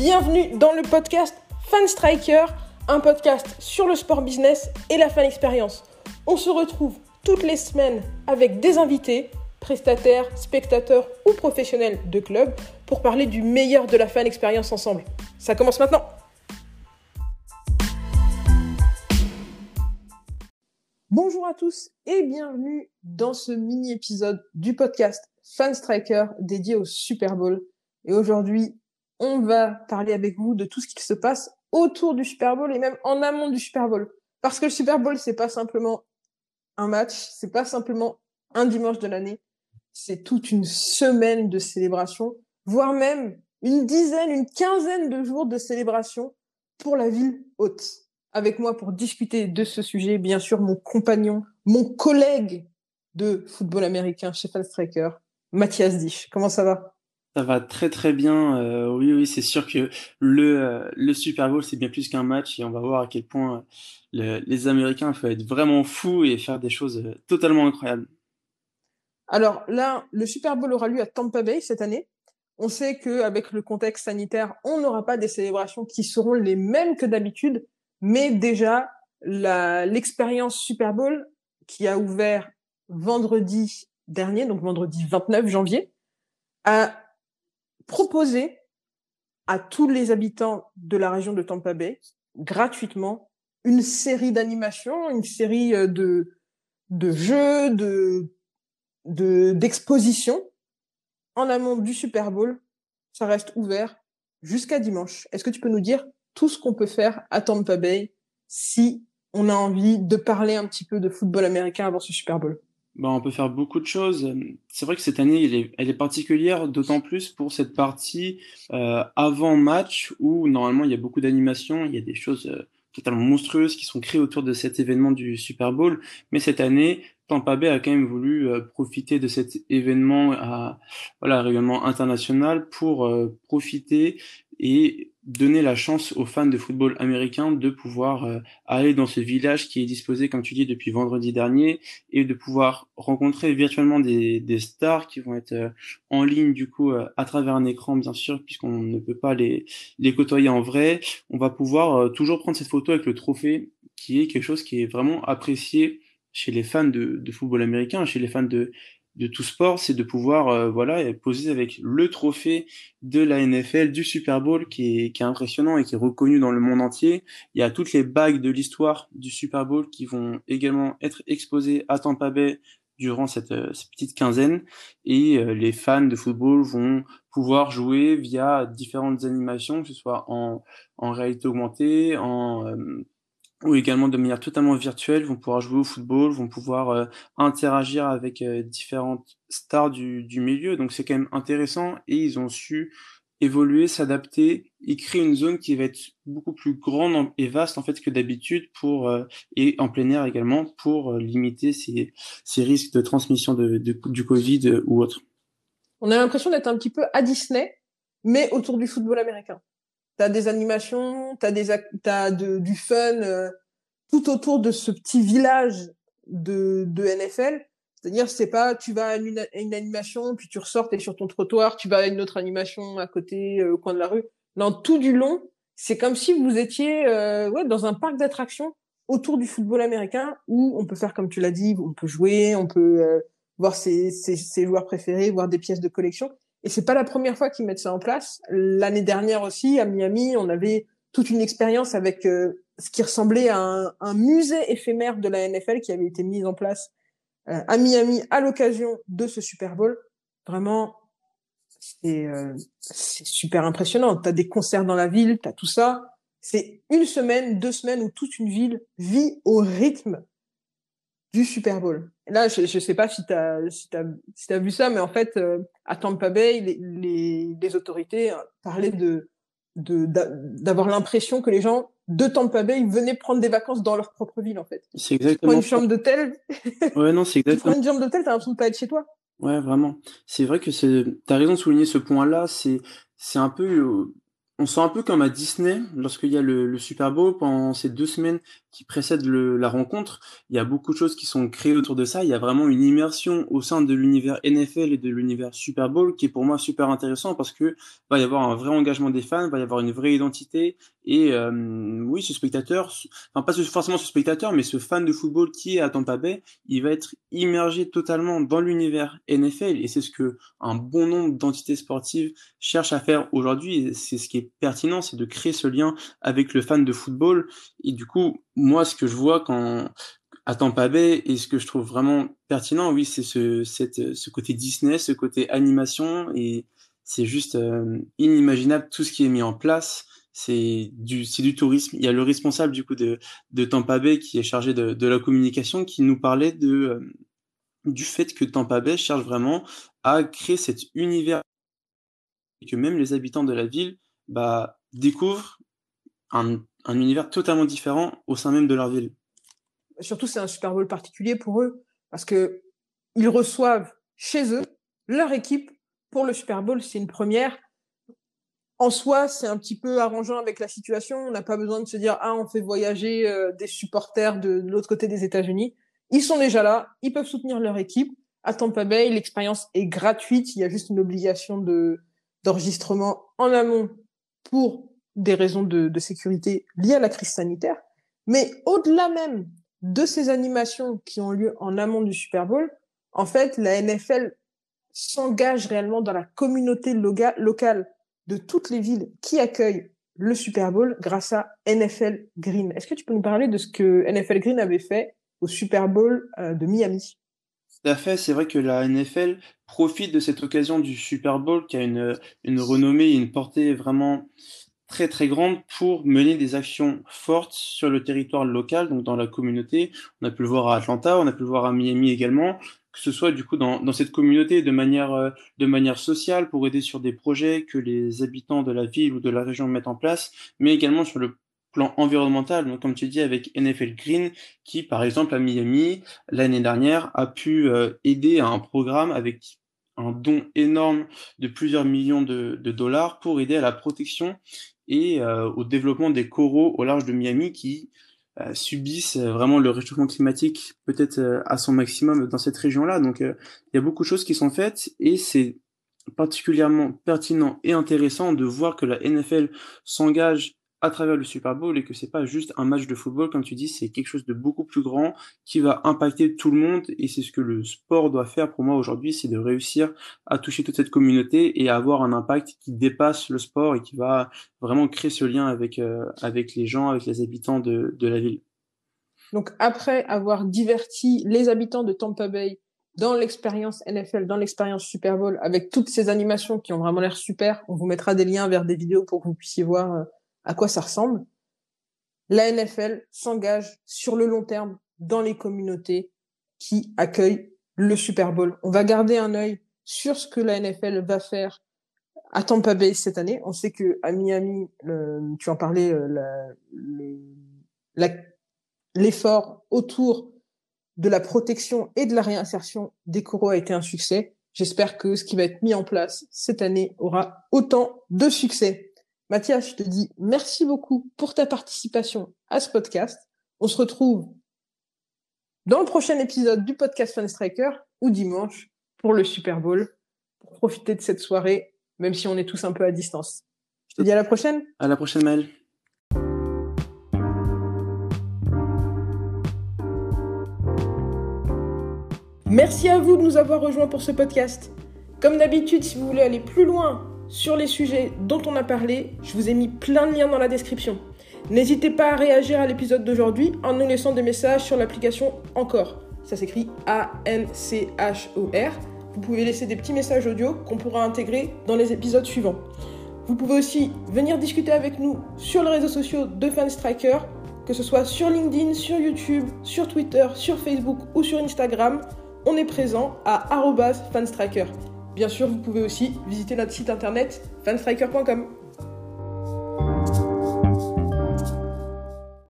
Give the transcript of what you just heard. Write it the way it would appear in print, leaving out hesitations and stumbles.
Bienvenue dans le podcast Fan Striker, un podcast sur le sport business et la fan expérience. On se retrouve toutes les semaines avec des invités, prestataires, spectateurs ou professionnels de club pour parler du meilleur de la fan expérience ensemble. Ça commence maintenant. Bonjour à tous et bienvenue dans ce mini-épisode du podcast Fan Striker dédié au Super Bowl. Et aujourd'hui, on va parler avec vous de tout ce qui se passe autour du Super Bowl et même en amont du Super Bowl. Parce que le Super Bowl, c'est pas simplement un match, c'est pas simplement un dimanche de l'année, c'est toute une semaine de célébration, voire même une quinzaine de jours de célébration pour la ville hôte. Avec moi pour discuter de ce sujet, bien sûr, mon compagnon, mon collègue de football américain chez Fan Striker, Mathias Dich. Comment ça va? Ça va très très bien. Oui, c'est sûr que le Super Bowl, c'est bien plus qu'un match et on va voir à quel point les Américains peuvent être vraiment fous et faire des choses totalement incroyables. Alors là, le Super Bowl aura lieu à Tampa Bay cette année. On sait qu'avec le contexte sanitaire, on n'aura pas des célébrations qui seront les mêmes que d'habitude, mais déjà, l'expérience Super Bowl qui a ouvert vendredi dernier, donc vendredi 29 janvier, a proposé à tous les habitants de la région de Tampa Bay, gratuitement, une série d'animations, une série de jeux, d'expositions en amont du Super Bowl. Ça reste ouvert jusqu'à dimanche. Est-ce que tu peux nous dire tout ce qu'on peut faire à Tampa Bay si on a envie de parler un petit peu de football américain avant ce Super Bowl? On peut faire beaucoup de choses. C'est vrai que cette année, elle est particulière, d'autant plus pour cette partie avant match où normalement il y a beaucoup d'animations, il y a des choses totalement monstrueuses qui sont créées autour de cet événement du Super Bowl. Mais cette année, Tampa Bay a quand même voulu profiter de cet événement rayonnement international pour profiter et donner la chance aux fans de football américain de pouvoir aller dans ce village qui est disposé, comme tu dis, depuis vendredi dernier et de pouvoir rencontrer virtuellement des stars qui vont être en ligne du coup à travers un écran bien sûr puisqu'on ne peut pas les côtoyer en vrai. On va pouvoir toujours prendre cette photo avec le trophée qui est quelque chose qui est vraiment apprécié chez les fans de football américain, chez les fans de tout sport, c'est de pouvoir poser avec le trophée de la NFL, du Super Bowl qui est impressionnant et qui est reconnu dans le monde entier. Il y a toutes les bagues de l'histoire du Super Bowl qui vont également être exposées à Tampa Bay durant cette petite quinzaine et les fans de football vont pouvoir jouer via différentes animations, que ce soit en réalité augmentée, ou également de manière totalement virtuelle, vont pouvoir jouer au football, vont pouvoir interagir avec différentes stars du milieu. Donc c'est quand même intéressant et ils ont su évoluer, s'adapter et créer une zone qui va être beaucoup plus grande et vaste en fait que d'habitude et en plein air également pour limiter ces risques de transmission du Covid ou autre. On a l'impression d'être un petit peu à Disney, mais autour du football américain. T'as des animations, du fun tout autour de ce petit village de NFL. C'est-à-dire, c'est pas tu vas à une animation, puis tu ressors, t'es sur ton trottoir, tu vas à une autre animation à côté, au coin de la rue. Non, tout du long, c'est comme si vous étiez dans un parc d'attractions autour du football américain où on peut faire comme tu l'as dit, on peut jouer, on peut voir ses joueurs préférés, voir des pièces de collection. Et c'est pas la première fois qu'ils mettent ça en place. L'année dernière aussi, à Miami, on avait toute une expérience avec ce qui ressemblait à un musée éphémère de la NFL qui avait été mis en place à Miami à l'occasion de ce Super Bowl. Vraiment, c'est super impressionnant. T'as des concerts dans la ville, t'as tout ça. C'est une semaine, 2 semaines où toute une ville vit au rythme du Super Bowl. Là, je sais pas si t'as vu ça, mais en fait, à Tampa Bay, les autorités parlaient d'avoir l'impression que les gens de Tampa Bay venaient prendre des vacances dans leur propre ville, en fait. C'est Tu prends exactement une ça. chambre d'hôtel, Ouais, non, c'est tu prends exactement. une chambre d'hôtel, t'as l'impression de pas être chez toi. Ouais, vraiment. C'est vrai que t'as raison de souligner ce point-là. C'est un peu, on sent un peu comme à Disney lorsqu'il y a le Super Bowl pendant ces 2 semaines. qui précède la rencontre, il y a beaucoup de choses qui sont créées autour de ça. Il y a vraiment une immersion au sein de l'univers NFL et de l'univers Super Bowl qui est pour moi super intéressant parce que va y avoir un vrai engagement des fans, va y avoir une vraie identité et oui, ce spectateur, enfin pas forcément ce spectateur, mais ce fan de football qui est à Tampa Bay, il va être immergé totalement dans l'univers NFL et c'est ce que un bon nombre d'entités sportives cherchent à faire aujourd'hui. Et c'est ce qui est pertinent, c'est de créer ce lien avec le fan de football. Et du coup, moi, ce que je vois quand à Tampa Bay et ce que je trouve vraiment pertinent, oui, c'est ce côté Disney, ce côté animation et c'est juste inimaginable tout ce qui est mis en place. C'est du tourisme. Il y a le responsable du coup de Tampa Bay qui est chargé de la communication qui nous parlait du fait que Tampa Bay cherche vraiment à créer cet univers et que même les habitants de la ville découvrent un univers totalement différent au sein même de leur ville. Surtout, c'est un Super Bowl particulier pour eux parce que ils reçoivent chez eux leur équipe pour le Super Bowl. C'est une première. En soi, c'est un petit peu arrangeant avec la situation. On n'a pas besoin de se dire on fait voyager des supporters de l'autre côté des États-Unis. Ils sont déjà là, ils peuvent soutenir leur équipe. À Tampa Bay, l'expérience est gratuite. Il y a juste une obligation d'enregistrement en amont pour des raisons de sécurité liées à la crise sanitaire. Mais au-delà même de ces animations qui ont lieu en amont du Super Bowl, en fait, la NFL s'engage réellement dans la communauté locale de toutes les villes qui accueillent le Super Bowl grâce à NFL Green. Est-ce que tu peux nous parler de ce que NFL Green avait fait au Super Bowl de Miami? Tout à fait, c'est vrai que la NFL profite de cette occasion du Super Bowl qui a une renommée et une portée vraiment très très grande pour mener des actions fortes sur le territoire local, donc dans la communauté. On a pu le voir à Atlanta, on a pu le voir à Miami également, que ce soit du coup dans cette communauté de manière sociale pour aider sur des projets que les habitants de la ville ou de la région mettent en place, mais également sur le plan environnemental, donc comme tu dis avec NFL Green, qui par exemple à Miami, l'année dernière, a pu aider à un programme avec un don énorme de plusieurs millions de dollars pour aider à la protection et au développement des coraux au large de Miami qui subissent vraiment le réchauffement climatique peut-être à son maximum dans cette région-là. Donc il y a beaucoup de choses qui sont faites et c'est particulièrement pertinent et intéressant de voir que la NFL s'engage à travers le Super Bowl et que c'est pas juste un match de football, comme tu dis, c'est quelque chose de beaucoup plus grand qui va impacter tout le monde et c'est ce que le sport doit faire pour moi aujourd'hui, c'est de réussir à toucher toute cette communauté et à avoir un impact qui dépasse le sport et qui va vraiment créer ce lien avec les gens, avec les habitants de la ville. Donc après avoir diverti les habitants de Tampa Bay dans l'expérience NFL, dans l'expérience Super Bowl, avec toutes ces animations qui ont vraiment l'air super, on vous mettra des liens vers des vidéos pour que vous puissiez voir à quoi ça ressemble. La NFL s'engage sur le long terme dans les communautés qui accueillent le Super Bowl. On va garder un œil sur ce que la NFL va faire à Tampa Bay cette année. On sait que à Miami, tu en parlais, l'effort autour de la protection et de la réinsertion des coraux a été un succès. J'espère que ce qui va être mis en place cette année aura autant de succès. Mathias, je te dis merci beaucoup pour ta participation à ce podcast. On se retrouve dans le prochain épisode du podcast Fan Striker ou dimanche pour le Super Bowl, pour profiter de cette soirée, même si on est tous un peu à distance. Je te dis à la prochaine. À la prochaine, Maël. Merci à vous de nous avoir rejoints pour ce podcast. Comme d'habitude, si vous voulez aller plus loin sur les sujets dont on a parlé, je vous ai mis plein de liens dans la description. N'hésitez pas à réagir à l'épisode d'aujourd'hui en nous laissant des messages sur l'application Encore. Ça s'écrit A-N-C-H-O-R. Vous pouvez laisser des petits messages audio qu'on pourra intégrer dans les épisodes suivants. Vous pouvez aussi venir discuter avec nous sur les réseaux sociaux de Fan Striker, que ce soit sur LinkedIn, sur YouTube, sur Twitter, sur Facebook ou sur Instagram. On est présent à @fanstriker. Bien sûr, vous pouvez aussi visiter notre site internet fanstriker.com.